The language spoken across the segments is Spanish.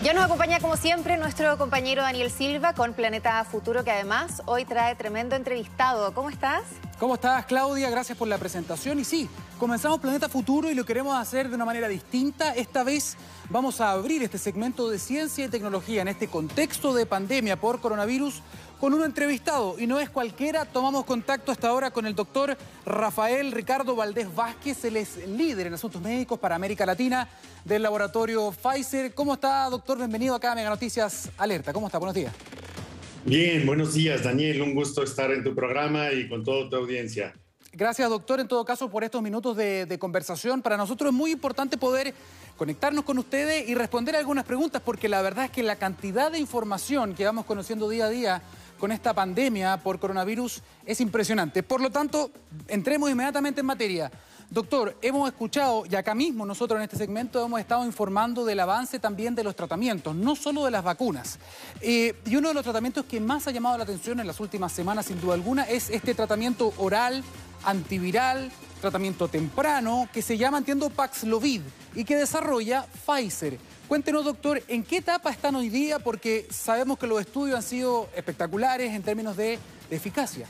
Ya nos acompaña como siempre nuestro compañero Daniel Silva con Planeta Futuro, que además hoy trae tremendo entrevistado. ¿Cómo estás? ¿Cómo estás, Claudia? Gracias por la presentación. Y sí, comenzamos Planeta Futuro y lo queremos hacer de una manera distinta. Esta vez vamos a abrir este segmento de ciencia y tecnología en este contexto de pandemia por coronavirus con un entrevistado. Y no es cualquiera, tomamos contacto hasta ahora con el doctor Rafael Ricardo Valdés Vázquez. Él es líder en asuntos médicos para América Latina del laboratorio Pfizer. ¿Cómo está, doctor? Bienvenido acá a Mega Noticias Alerta. ¿Cómo está? Buenos días. Bien, buenos días, Daniel. Un gusto estar en tu programa y con toda tu audiencia. Gracias, doctor, en todo caso, por estos minutos de conversación. Para nosotros es muy importante poder conectarnos con ustedes y responder algunas preguntas, porque la verdad es que la cantidad de información que vamos conociendo día a día con esta pandemia por coronavirus es impresionante. Por lo tanto, entremos inmediatamente en materia. Doctor, hemos escuchado, y acá mismo nosotros en este segmento hemos estado informando del avance también de los tratamientos, no solo de las vacunas. Y uno de los tratamientos que más ha llamado la atención en las últimas semanas, sin duda alguna, es este tratamiento oral, antiviral, tratamiento temprano, que se llama, entiendo, Paxlovid, y que desarrolla Pfizer. Cuéntenos, doctor, ¿en qué etapa están hoy día? Porque sabemos que los estudios han sido espectaculares en términos de eficacia.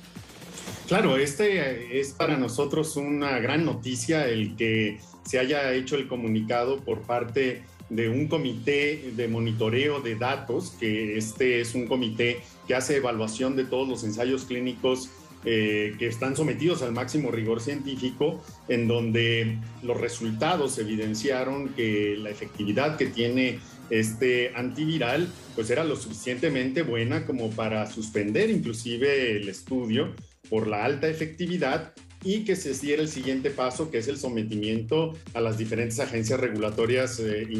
Claro, este es para nosotros una gran noticia el que se haya hecho el comunicado por parte de un comité de monitoreo de datos, que este es un comité que hace evaluación de todos los ensayos clínicos que están sometidos al máximo rigor científico, en donde los resultados evidenciaron que la efectividad que tiene este antiviral pues era lo suficientemente buena como para suspender inclusive el estudio por la alta efectividad y que se diera el siguiente paso, que es el sometimiento a las diferentes agencias regulatorias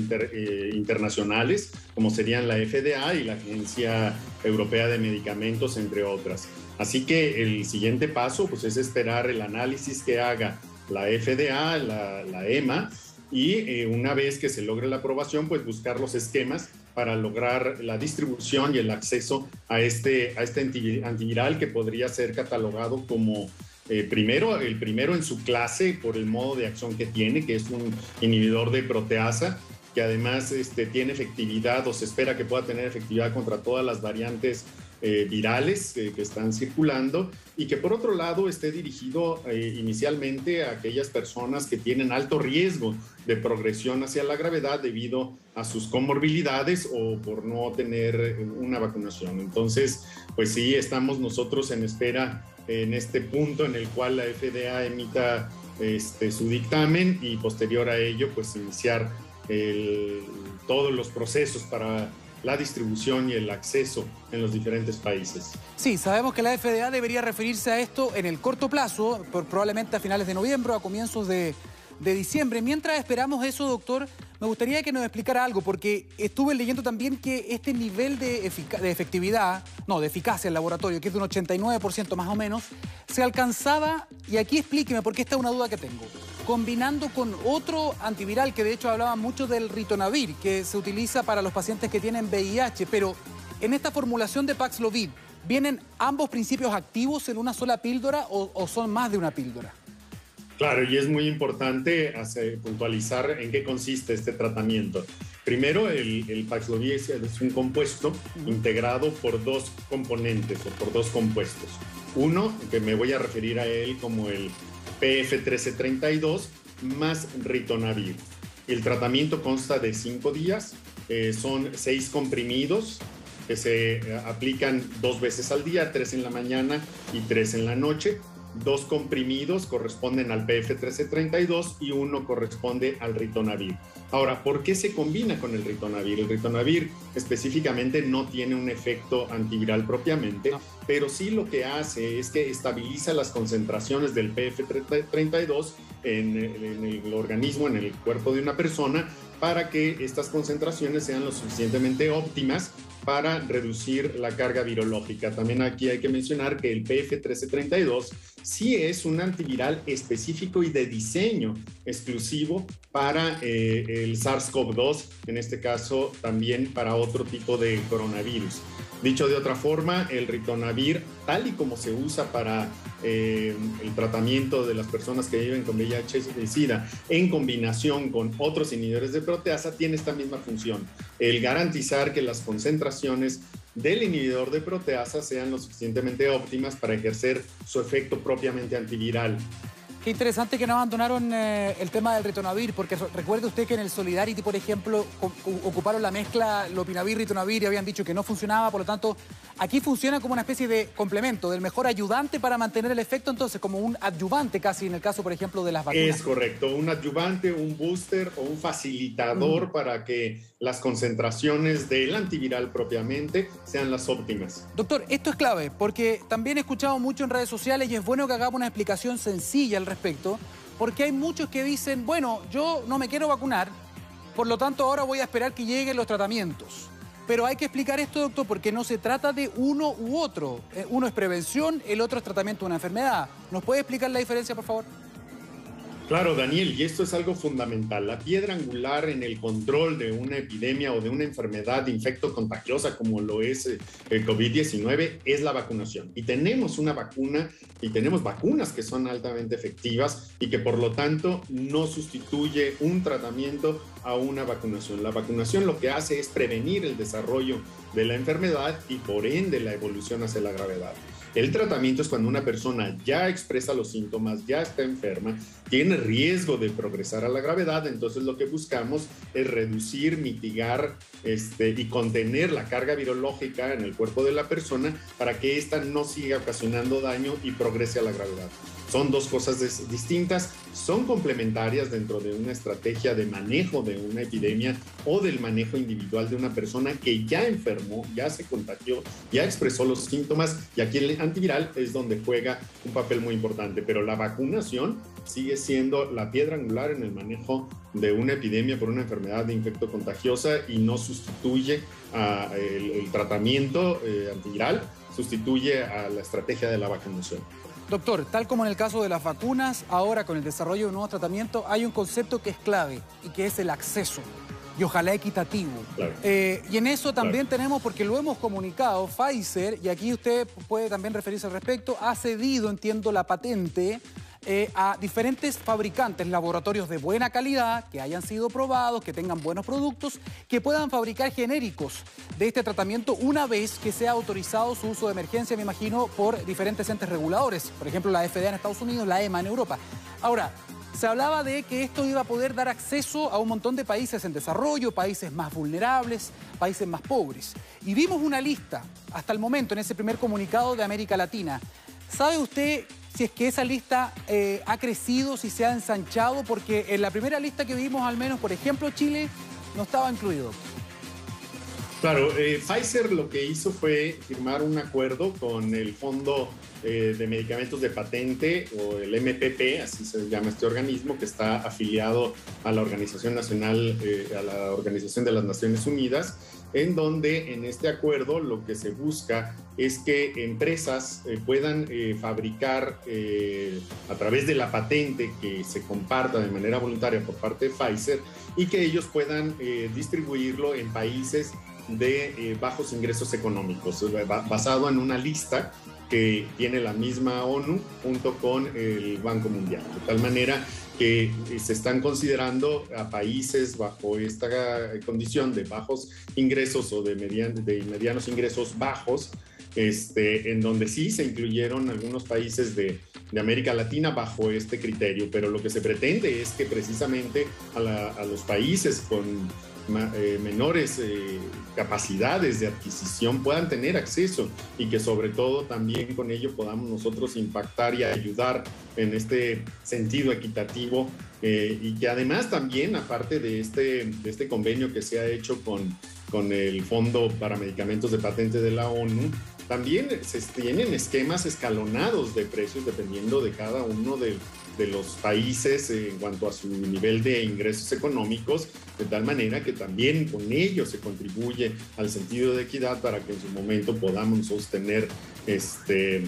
internacionales, como serían la FDA y la Agencia Europea de Medicamentos, entre otras. Así que el siguiente paso pues, es esperar el análisis que haga la FDA, la EMA, y una vez que se logre la aprobación, pues buscar los esquemas para lograr la distribución y el acceso a este antiviral, que podría ser catalogado como el primero en su clase por el modo de acción que tiene, que es un inhibidor de proteasa, que además tiene efectividad, o se espera que pueda tener efectividad contra todas las variantes virales que están circulando, y que por otro lado esté dirigido inicialmente a aquellas personas que tienen alto riesgo de progresión hacia la gravedad debido a sus comorbilidades o por no tener una vacunación. Entonces, pues sí, estamos nosotros en espera en este punto en el cual la FDA emita su dictamen y posterior a ello pues iniciar todos los procesos para la distribución y el acceso en los diferentes países. Sí, sabemos que la FDA debería referirse a esto en el corto plazo, probablemente a finales de noviembre o a comienzos de diciembre. Mientras esperamos eso, doctor, me gustaría que nos explicara algo, porque estuve leyendo también que este nivel de eficacia en laboratorio, que es de un 89% más o menos, se alcanzaba, y aquí explíqueme, porque esta es una duda que tengo, combinando con otro antiviral, que de hecho hablaba mucho del ritonavir, que se utiliza para los pacientes que tienen VIH, pero en esta formulación de Paxlovid, ¿vienen ambos principios activos en una sola píldora o son más de una píldora? Claro, y es muy importante puntualizar en qué consiste este tratamiento. Primero, el Paxlovid es un compuesto integrado por dos componentes o por dos compuestos. Uno, que me voy a referir a él como el PF1332 más ritonavir. El tratamiento consta de 5 días, son 6 comprimidos que se aplican 2 veces al día, 3 en la mañana y 3 en la noche. 2 comprimidos corresponden al PF1332 y 1 corresponde al ritonavir. Ahora, ¿por qué se combina con el ritonavir? El ritonavir específicamente no tiene un efecto antiviral propiamente, pero sí lo que hace es que estabiliza las concentraciones del PF32 en el organismo, en el cuerpo de una persona, para que estas concentraciones sean lo suficientemente óptimas para reducir la carga virológica. También aquí hay que mencionar que el PF1332 sí es un antiviral específico y de diseño exclusivo para el SARS-CoV-2, en este caso también para otro tipo de coronavirus. Dicho de otra forma, el ritonavir, tal y como se usa para el tratamiento de las personas que viven con VIH y SIDA, en combinación con otros inhibidores de proteasa, tiene esta misma función, el garantizar que las concentraciones del inhibidor de proteasa sean lo suficientemente óptimas para ejercer su efecto propiamente antiviral. Qué interesante que no abandonaron el tema del ritonavir, porque recuerde usted que en el Solidarity, por ejemplo, ocuparon la mezcla lopinavir-ritonavir y habían dicho que no funcionaba, por lo tanto, aquí funciona como una especie de complemento, del mejor ayudante para mantener el efecto, entonces, como un adyuvante casi en el caso, por ejemplo, de las vacunas. Es correcto, un adyuvante, un booster o un facilitador para que las concentraciones del antiviral propiamente sean las óptimas. Doctor, esto es clave, porque también he escuchado mucho en redes sociales y es bueno que hagamos una explicación sencilla al respecto, porque hay muchos que dicen, bueno, yo no me quiero vacunar, por lo tanto ahora voy a esperar que lleguen los tratamientos. Pero hay que explicar esto, doctor, porque no se trata de uno u otro. Uno es prevención, el otro es tratamiento de una enfermedad. ¿Nos puede explicar la diferencia, por favor? Claro, Daniel, y esto es algo fundamental. La piedra angular en el control de una epidemia o de una enfermedad infecto-contagiosa como lo es el COVID-19 es la vacunación. Y tenemos una vacuna y tenemos vacunas que son altamente efectivas y que por lo tanto no sustituye un tratamiento a una vacunación. La vacunación lo que hace es prevenir el desarrollo de la enfermedad y por ende la evolución hacia la gravedad. El tratamiento es cuando una persona ya expresa los síntomas, ya está enferma, tiene riesgo de progresar a la gravedad, entonces lo que buscamos es reducir, mitigar y contener la carga virológica en el cuerpo de la persona para que ésta no siga ocasionando daño y progrese a la gravedad. Son dos cosas distintas, son complementarias dentro de una estrategia de manejo de una epidemia o del manejo individual de una persona que ya enfermó, ya se contagió, ya expresó los síntomas y aquí el antiviral es donde juega un papel muy importante. Pero la vacunación sigue siendo la piedra angular en el manejo de una epidemia por una enfermedad de infecto contagiosa y no sustituye el tratamiento antiviral, sustituye a la estrategia de la vacunación. Doctor, tal como en el caso de las vacunas, ahora con el desarrollo de nuevos tratamientos hay un concepto que es clave y que es el acceso y ojalá equitativo. Claro. Y en eso también tenemos, porque lo hemos comunicado, Pfizer, y aquí usted puede también referirse al respecto, ha cedido, entiendo, la patente a diferentes fabricantes, laboratorios de buena calidad, que hayan sido probados, que tengan buenos productos, que puedan fabricar genéricos de este tratamiento una vez que sea autorizado su uso de emergencia, me imagino, por diferentes entes reguladores, por ejemplo, la FDA en Estados Unidos, la EMA en Europa. Ahora, se hablaba de que esto iba a poder dar acceso a un montón de países en desarrollo, países más vulnerables, países más pobres. Y vimos una lista, hasta el momento, en ese primer comunicado de América Latina. ¿Sabe usted si es que esa lista ha crecido, si se ha ensanchado? Porque en la primera lista que vimos, al menos, por ejemplo, Chile no estaba incluido. Claro, Pfizer lo que hizo fue firmar un acuerdo con el Fondo de Medicamentos de Patente, o el MPP, así se llama este organismo, que está afiliado a la Organización Nacional, a la Organización de las Naciones Unidas, en donde en este acuerdo lo que se busca es que empresas puedan fabricar a través de la patente que se comparta de manera voluntaria por parte de Pfizer y que ellos puedan distribuirlo en países de bajos ingresos económicos, basado en una lista que tiene la misma ONU junto con el Banco Mundial, de tal manera que se están considerando a países bajo esta condición de bajos ingresos o de medianos ingresos bajos, en donde sí se incluyeron algunos países de América Latina bajo este criterio, pero lo que se pretende es que precisamente a los países con menores capacidades de adquisición puedan tener acceso y que sobre todo también con ello podamos nosotros impactar y ayudar en este sentido equitativo y que además también, aparte de este convenio que se ha hecho con el Fondo para Medicamentos de Patente de la ONU, también se tienen esquemas escalonados de precios dependiendo de cada uno de los países en cuanto a su nivel de ingresos económicos, de tal manera que también con ello se contribuye al sentido de equidad para que en su momento podamos sostener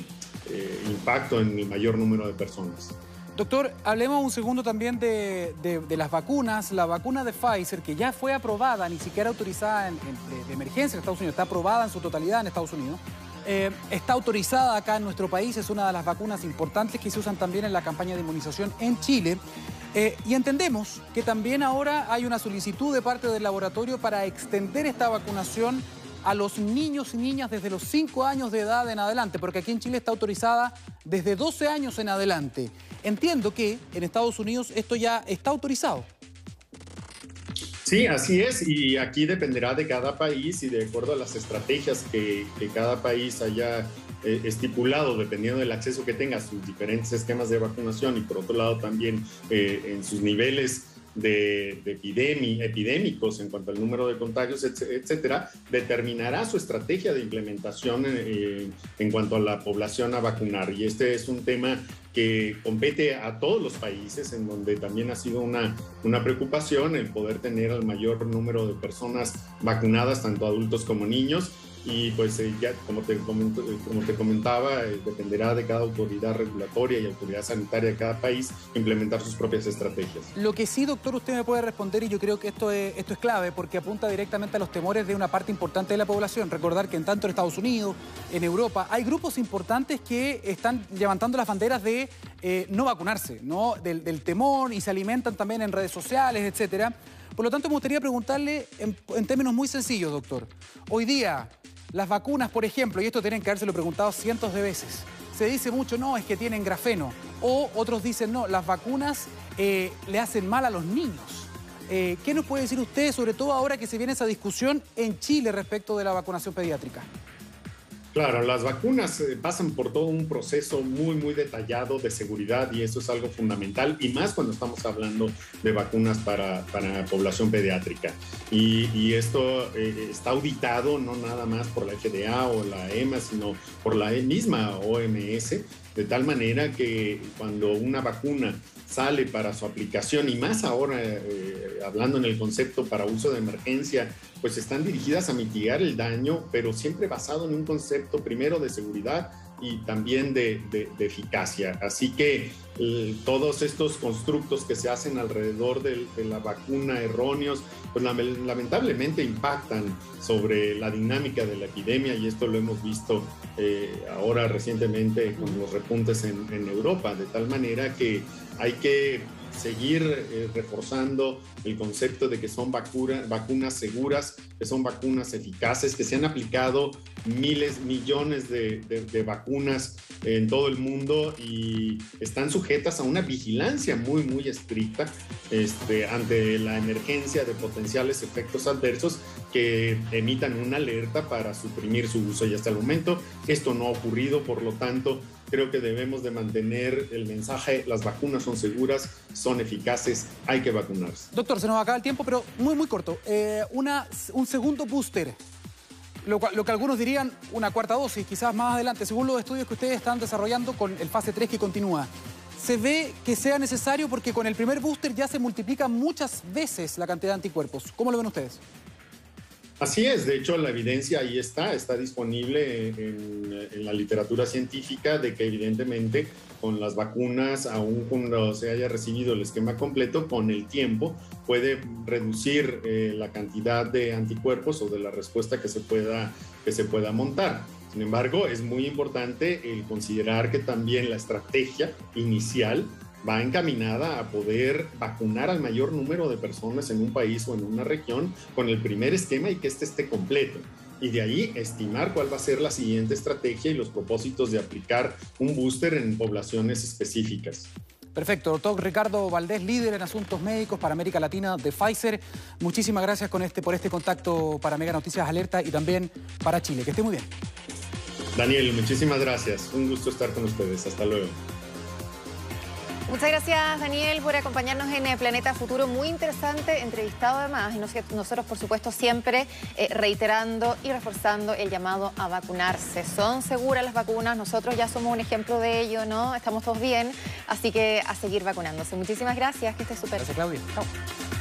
impacto en el mayor número de personas. Doctor, hablemos un segundo también de las vacunas. La vacuna de Pfizer, que ya fue aprobada, ni siquiera autorizada de emergencia en Estados Unidos, está aprobada en su totalidad en Estados Unidos. Está autorizada acá en nuestro país, es una de las vacunas importantes que se usan también en la campaña de inmunización en Chile. Y entendemos que también ahora hay una solicitud de parte del laboratorio para extender esta vacunación a los niños y niñas desde los 5 años de edad en adelante, porque aquí en Chile está autorizada desde 12 años en adelante. Entiendo que en Estados Unidos esto ya está autorizado. Sí, así es, y aquí dependerá de cada país y de acuerdo a las estrategias que cada país haya estipulado, dependiendo del acceso que tenga a sus diferentes esquemas de vacunación y por otro lado también en sus niveles de epidémicos en cuanto al número de contagios, etcétera, determinará su estrategia de implementación en cuanto a la población a vacunar. Y este es un tema que compete a todos los países, en donde también ha sido una preocupación el poder tener el mayor número de personas vacunadas, tanto adultos como niños. Y pues ya como te comentaba, dependerá de cada autoridad regulatoria y autoridad sanitaria de cada país implementar sus propias estrategias. Lo que sí, doctor, usted me puede responder, y yo creo que esto es clave, porque apunta directamente a los temores de una parte importante de la población. Recordar que tanto en Estados Unidos, en Europa, hay grupos importantes que están levantando las banderas de no vacunarse, ¿no? Del temor, y se alimentan también en redes sociales, etcétera. Por lo tanto, me gustaría preguntarle en términos muy sencillos, doctor. Hoy día, las vacunas, por ejemplo, y esto tienen que habérselo preguntado cientos de veces, se dice mucho, no, es que tienen grafeno. O otros dicen, no, las vacunas le hacen mal a los niños. ¿Qué nos puede decir usted, sobre todo ahora que se viene esa discusión en Chile respecto de la vacunación pediátrica? Claro, las vacunas pasan por todo un proceso muy detallado de seguridad y eso es algo fundamental y más cuando estamos hablando de vacunas para población pediátrica. Y esto está auditado no nada más por la FDA o la EMA, sino por la misma OMS, de tal manera que cuando una vacuna sale para su aplicación y más ahora hablando en el concepto para uso de emergencia, pues están dirigidas a mitigar el daño, pero siempre basado en un concepto primero de seguridad y también de eficacia. Así que todos estos constructos que se hacen alrededor de la vacuna erróneos, pues lamentablemente impactan sobre la dinámica de la epidemia y esto lo hemos visto ahora recientemente con los repuntes en Europa, de tal manera que hay que seguir reforzando el concepto de que son vacunas seguras, que son vacunas eficaces, que se han aplicado millones de vacunas en todo el mundo y están sujetas a una vigilancia muy estricta ante la emergencia de potenciales efectos adversos que emitan una alerta para suprimir su uso. Y hasta el momento esto no ha ocurrido, por lo tanto creo que debemos de mantener el mensaje, las vacunas son seguras, son eficaces, hay que vacunarse. Doctor, se nos acaba el tiempo, pero muy corto. Un segundo booster, lo que algunos dirían una cuarta dosis, quizás más adelante, según los estudios que ustedes están desarrollando con el fase 3 que continúa. ¿Se ve que sea necesario porque con el primer booster ya se multiplica muchas veces la cantidad de anticuerpos? ¿Cómo lo ven ustedes? Así es, de hecho la evidencia ahí está disponible en la literatura científica de que evidentemente con las vacunas, aun cuando se haya recibido el esquema completo, con el tiempo puede reducir la cantidad de anticuerpos o de la respuesta que se pueda montar. Sin embargo, es muy importante el considerar que también la estrategia inicial va encaminada a poder vacunar al mayor número de personas en un país o en una región con el primer esquema y que este esté completo. Y de ahí estimar cuál va a ser la siguiente estrategia y los propósitos de aplicar un booster en poblaciones específicas. Perfecto, doctor Ricardo Valdés, líder en asuntos médicos para América Latina de Pfizer. Muchísimas gracias por este contacto para Mega Noticias Alerta y también para Chile. Que esté muy bien. Daniel, muchísimas gracias. Un gusto estar con ustedes. Hasta luego. Muchas gracias, Daniel, por acompañarnos en Planeta Futuro. Muy interesante, entrevistado además. Y nosotros, por supuesto, siempre reiterando y reforzando el llamado a vacunarse. Son seguras las vacunas, nosotros ya somos un ejemplo de ello, ¿no? Estamos todos bien, así que a seguir vacunándose. Muchísimas gracias, que esté súper. Gracias, Claudia. Chao.